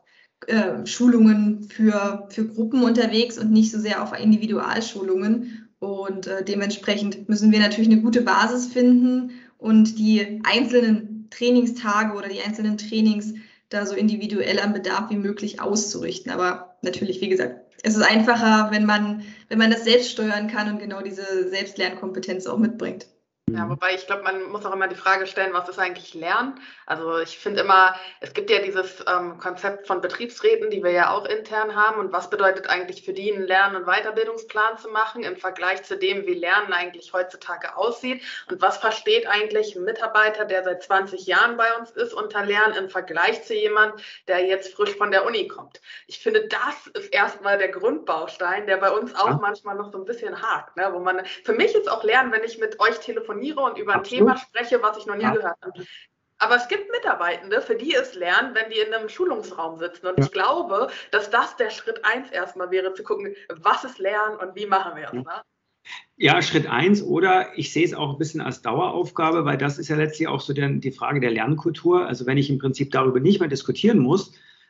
Schulungen für Gruppen unterwegs und nicht so sehr auf Individualschulungen. Und dementsprechend müssen wir natürlich eine gute Basis finden und die einzelnen Trainingstage oder die einzelnen Trainings da so individuell am Bedarf wie möglich auszurichten. Aber natürlich, wie gesagt, es ist einfacher, wenn man das selbst steuern kann und genau diese Selbstlernkompetenz auch mitbringt. Ja, wobei ich glaube, man muss auch immer die Frage stellen, was ist eigentlich Lernen? Also ich finde immer, es gibt ja dieses Konzept von Betriebsräten, die wir ja auch intern haben. Und was bedeutet eigentlich für die, einen Lern- und Weiterbildungsplan zu machen im Vergleich zu dem, wie Lernen eigentlich heutzutage aussieht? Und was versteht eigentlich ein Mitarbeiter, der seit 20 Jahren bei uns ist, unter Lernen im Vergleich zu jemandem, der jetzt frisch von der Uni kommt? Ich finde, das ist erstmal der Grundbaustein, der bei uns auch manchmal noch so ein bisschen hakt. Ne? Für mich ist auch Lernen, wenn ich mit euch telefoniere und über ein Thema spreche, was ich noch nie gehört habe. Aber es gibt Mitarbeitende, für die ist Lernen, wenn die in einem Schulungsraum sitzen. Und ich glaube, dass das der Schritt 1 erstmal wäre, zu gucken, was ist Lernen und wie machen wir es. Ne? Ja, Schritt 1, oder ich sehe es auch ein bisschen als Daueraufgabe, weil das ist ja letztlich auch so die Frage der Lernkultur. Also wenn ich im Prinzip darüber nicht mehr diskutieren muss,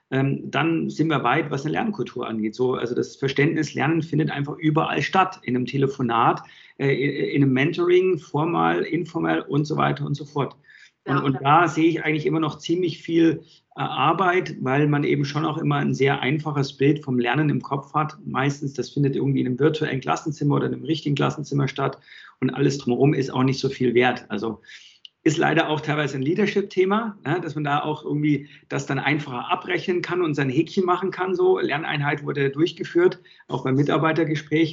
dann sind wir weit, was eine Lernkultur angeht. So, also das Verständnis, Lernen findet einfach überall statt. In einem Telefonat, in einem Mentoring, formal, informell und so weiter und so fort. Und da sehe ich eigentlich immer noch ziemlich viel Arbeit, weil man eben schon auch immer ein sehr einfaches Bild vom Lernen im Kopf hat. Meistens, das findet irgendwie in einem virtuellen Klassenzimmer oder in einem richtigen Klassenzimmer statt und alles drumherum ist auch nicht so viel wert. Also ist leider auch teilweise ein Leadership-Thema, ne, dass man da auch irgendwie das dann einfacher abrechnen kann und sein Häkchen machen kann. So, Lerneinheit wurde durchgeführt, auch beim Mitarbeitergespräch.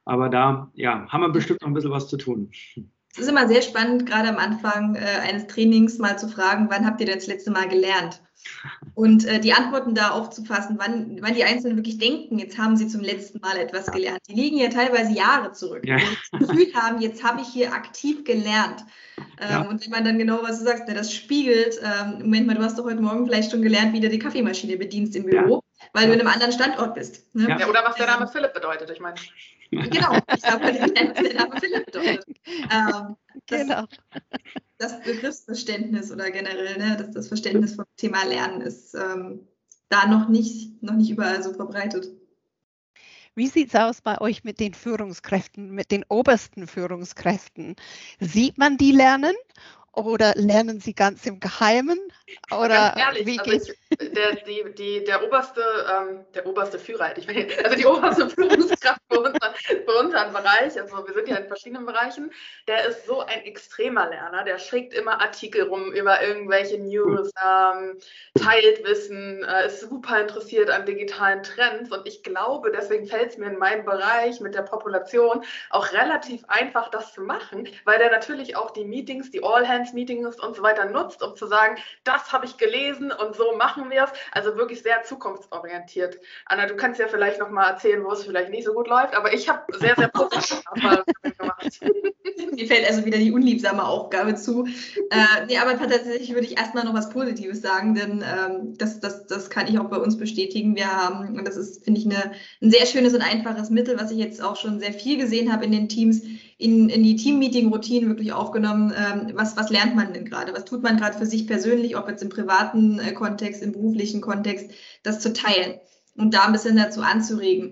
Aber da haben wir bestimmt noch ein bisschen was zu tun. Es ist immer sehr spannend, gerade am Anfang eines Trainings mal zu fragen, wann habt ihr das letzte Mal gelernt? Und die Antworten da aufzufassen, wann die Einzelnen wirklich denken, jetzt haben sie zum letzten Mal etwas gelernt. Die liegen ja teilweise Jahre zurück. Ja. Und das Gefühl haben, jetzt habe ich hier aktiv gelernt. Und wenn man dann genau, was du sagst, das spiegelt, Moment mal, du hast doch heute Morgen vielleicht schon gelernt, wie du die Kaffeemaschine bedienst im Büro, weil du in einem anderen Standort bist. Ne? Ja, oder was der Name Philipp bedeutet, ich meine. Genau, ich habe heute gelernt, was der Name Philipp bedeutet. Genau. Das Begriffsverständnis oder generell, das Verständnis vom Thema Lernen ist da noch nicht überall so verbreitet. Wie sieht es aus bei euch mit den Führungskräften, mit den obersten Führungskräften? Sieht man die lernen oder lernen sie ganz im Geheimen? Oder ganz ehrlich, wie also geht's? der oberste Führer, also die oberste Führungskraft für unseren Bereich, also wir sind ja in verschiedenen Bereichen, der ist so ein extremer Lerner, der schickt immer Artikel rum über irgendwelche News, teilt Wissen, ist super interessiert an digitalen Trends und ich glaube, deswegen fällt es mir in meinem Bereich mit der Population auch relativ einfach, das zu machen, weil der natürlich auch die Meetings, die All-Hands-Meetings und so weiter nutzt, um zu sagen, das habe ich gelesen und so machen wir es. Also wirklich sehr zukunftsorientiert. Anna, du kannst ja vielleicht noch mal erzählen, wo es vielleicht nicht so gut läuft, aber ich habe sehr, sehr positive Erfahrungen gemacht. Mir fällt also wieder die unliebsame Aufgabe zu. Aber tatsächlich würde ich erstmal noch was Positives sagen, denn das kann ich auch bei uns bestätigen. Wir haben, und das ist, finde ich, ein sehr schönes und einfaches Mittel, was ich jetzt auch schon sehr viel gesehen habe in den Teams, in die Team-Meeting-Routinen wirklich aufgenommen. Was lernt man denn gerade? Was tut man gerade für sich persönlich, ob jetzt im privaten Kontext, im beruflichen Kontext, das zu teilen und da ein bisschen dazu anzuregen,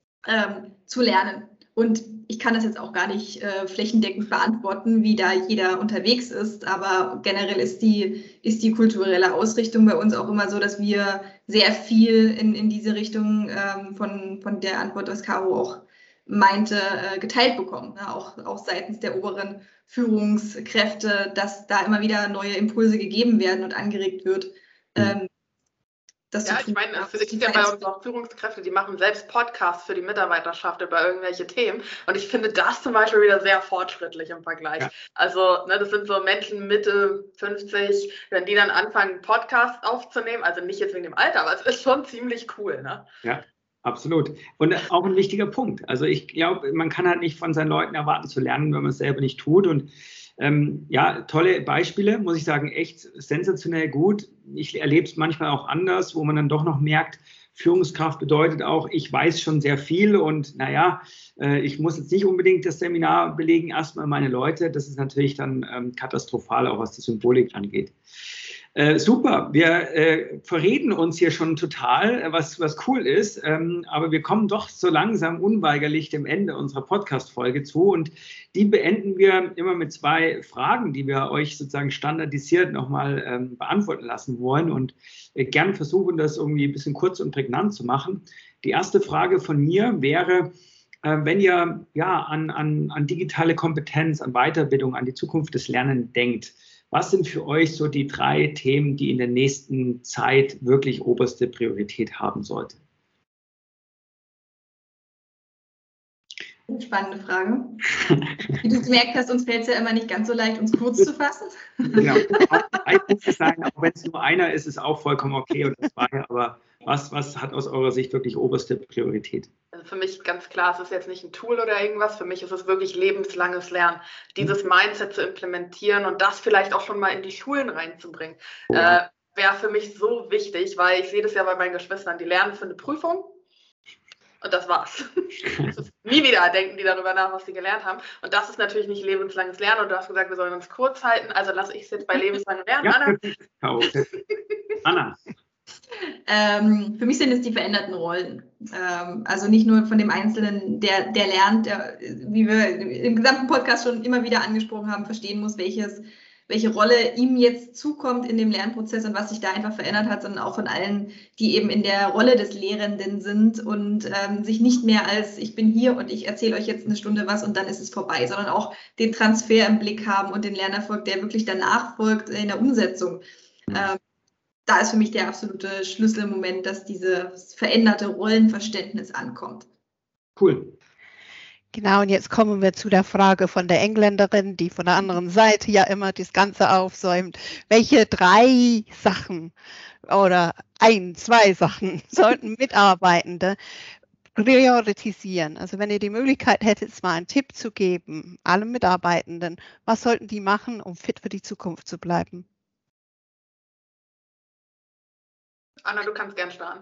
zu lernen. Und ich kann das jetzt auch gar nicht flächendeckend beantworten, wie da jeder unterwegs ist, aber generell ist die kulturelle Ausrichtung bei uns auch immer so, dass wir sehr viel in diese Richtung von der Antwort, was Caro auch meinte, geteilt bekommen, ne? Auch seitens der oberen Führungskräfte, dass da immer wieder neue Impulse gegeben werden und angeregt wird. Ich meine, es gibt ja bei uns auch Führungskräfte, die machen selbst Podcasts für die Mitarbeiterschaft über irgendwelche Themen. Und ich finde das zum Beispiel wieder sehr fortschrittlich im Vergleich. Ja. Also, das sind so Menschen Mitte 50, wenn die dann anfangen, einen Podcast aufzunehmen, also nicht jetzt wegen dem Alter, aber es ist schon ziemlich cool. Ne? Ja, absolut. Und auch ein wichtiger Punkt. Also ich glaube, man kann halt nicht von seinen Leuten erwarten zu lernen, wenn man es selber nicht tut. Und tolle Beispiele, muss ich sagen, echt sensationell gut. Ich erlebe es manchmal auch anders, wo man dann doch noch merkt, Führungskraft bedeutet auch, ich weiß schon sehr viel und ich muss jetzt nicht unbedingt das Seminar belegen, erstmal meine Leute. Das ist natürlich dann katastrophal, auch was die Symbolik angeht. Super, wir verreden uns hier schon total, was cool ist, aber wir kommen doch so langsam unweigerlich dem Ende unserer Podcast-Folge zu und die beenden wir immer mit 2 Fragen, die wir euch sozusagen standardisiert nochmal beantworten lassen wollen und gern versuchen, das irgendwie ein bisschen kurz und prägnant zu machen. Die erste Frage von mir wäre, wenn ihr an digitale Kompetenz, an Weiterbildung, an die Zukunft des Lernens denkt, was sind für euch so die 3 Themen, die in der nächsten Zeit wirklich oberste Priorität haben sollten? Spannende Frage. Wie du gemerkt hast, uns fällt es ja immer nicht ganz so leicht, uns kurz zu fassen. Genau. Auch wenn es nur einer ist, ist auch vollkommen okay oder 2, aber was hat aus eurer Sicht wirklich oberste Priorität? Also für mich ganz klar, es ist jetzt nicht ein Tool oder irgendwas, für mich ist es wirklich lebenslanges Lernen, dieses Mindset zu implementieren und das vielleicht auch schon mal in die Schulen reinzubringen, wäre für mich so wichtig, weil ich sehe das ja bei meinen Geschwistern, die lernen für eine Prüfung und das war's. Nie wieder denken die darüber nach, was sie gelernt haben und das ist natürlich nicht lebenslanges Lernen und du hast gesagt, wir sollen uns kurz halten, also lasse ich es jetzt bei lebenslangem Lernen. Anna? Anna. Für mich sind es die veränderten Rollen. Also nicht nur von dem Einzelnen, der lernt, der, wie wir im gesamten Podcast schon immer wieder angesprochen haben, verstehen muss, welche Rolle ihm jetzt zukommt in dem Lernprozess und was sich da einfach verändert hat, sondern auch von allen, die eben in der Rolle des Lehrenden sind und sich nicht mehr als ich bin hier und ich erzähle euch jetzt eine Stunde was und dann ist es vorbei, sondern auch den Transfer im Blick haben und den Lernerfolg, der wirklich danach folgt in der Umsetzung. Da ist für mich der absolute Schlüsselmoment, dass dieses veränderte Rollenverständnis ankommt. Cool. Genau, und jetzt kommen wir zu der Frage von der Engländerin, die von der anderen Seite ja immer das Ganze aufsäumt. Welche 3 Sachen oder 2 Sachen sollten Mitarbeitende priorisieren? Also wenn ihr die Möglichkeit hättet, mal einen Tipp zu geben, allen Mitarbeitenden, was sollten die machen, um fit für die Zukunft zu bleiben? Anna, du kannst gern starten.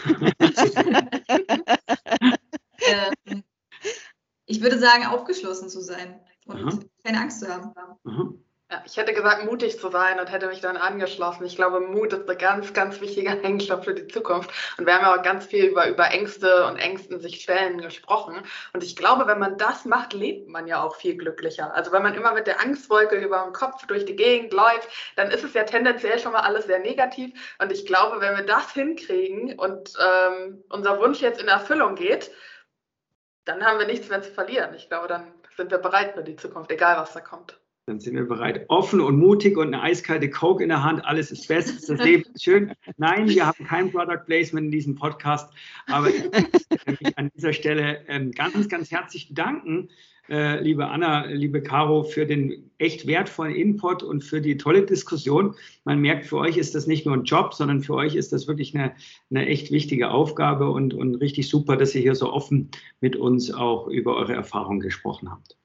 Ich würde sagen, aufgeschlossen zu sein und keine Angst zu haben. Ja, ich hätte gesagt, mutig zu sein und hätte mich dann angeschlossen. Ich glaube, Mut ist ein ganz, ganz wichtiger Eigenschaft für die Zukunft. Und wir haben ja auch ganz viel über Ängste und Ängsten sich stellen gesprochen. Und ich glaube, wenn man das macht, lebt man ja auch viel glücklicher. Also wenn man immer mit der Angstwolke über dem Kopf durch die Gegend läuft, dann ist es ja tendenziell schon mal alles sehr negativ. Und ich glaube, wenn wir das hinkriegen und unser Wunsch jetzt in Erfüllung geht, dann haben wir nichts mehr zu verlieren. Ich glaube, dann sind wir bereit für die Zukunft, egal was da kommt. Dann sind wir bereit, offen und mutig und eine eiskalte Coke in der Hand. Alles ist best, das Leben ist schön. Nein, wir haben kein Product Placement in diesem Podcast, aber ich möchte mich an dieser Stelle ganz, ganz herzlich bedanken, liebe Anna, liebe Caro, für den echt wertvollen Input und für die tolle Diskussion. Man merkt, für euch ist das nicht nur ein Job, sondern für euch ist das wirklich eine echt wichtige Aufgabe und richtig super, dass ihr hier so offen mit uns auch über eure Erfahrungen gesprochen habt.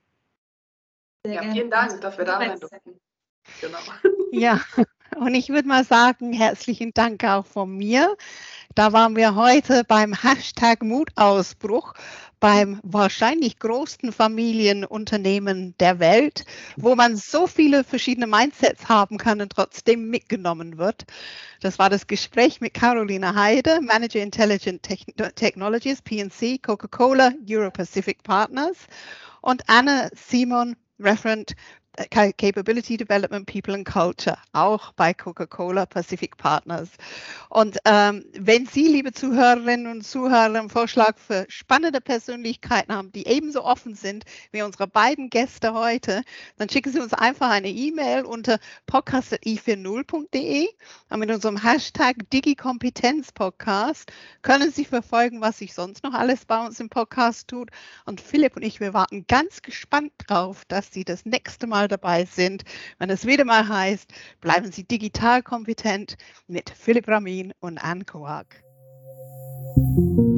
Ja, vielen Dank, dass wir da sein durften. Genau. Ja, und ich würde mal sagen, herzlichen Dank auch von mir. Da waren wir heute beim Hashtag Mutausbruch, beim wahrscheinlich größten Familienunternehmen der Welt, wo man so viele verschiedene Mindsets haben kann und trotzdem mitgenommen wird. Das war das Gespräch mit Caroline Heide, Manager Intelligent Technologies, PNC, Coca-Cola, Euro-Pacific Partners, und Anna Simon, Referent Capability Development, People and Culture, auch bei Coca-Cola Pacific Partners. Und wenn Sie, liebe Zuhörerinnen und Zuhörer, einen Vorschlag für spannende Persönlichkeiten haben, die ebenso offen sind wie unsere beiden Gäste heute, dann schicken Sie uns einfach eine E-Mail unter podcast@i40.de und mit unserem Hashtag DigiKompetenzPodcast können Sie verfolgen, was sich sonst noch alles bei uns im Podcast tut. Und Philipp und ich, wir warten ganz gespannt drauf, dass Sie das nächste Mal dabei sind, wenn es wieder mal heißt, bleiben Sie digital kompetent mit Philipp Ramin und Anne Koak.